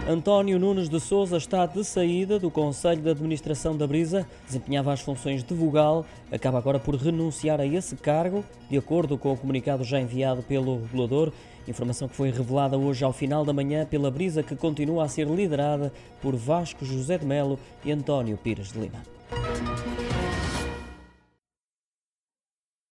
António Nunes de Sousa está de saída do Conselho de Administração da Brisa, desempenhava as funções de vogal, acaba agora por renunciar a esse cargo, de acordo com o comunicado já enviado pelo regulador, informação que foi revelada hoje ao final da manhã pela Brisa, que continua a ser liderada por Vasco José de Melo e António Pires de Lima.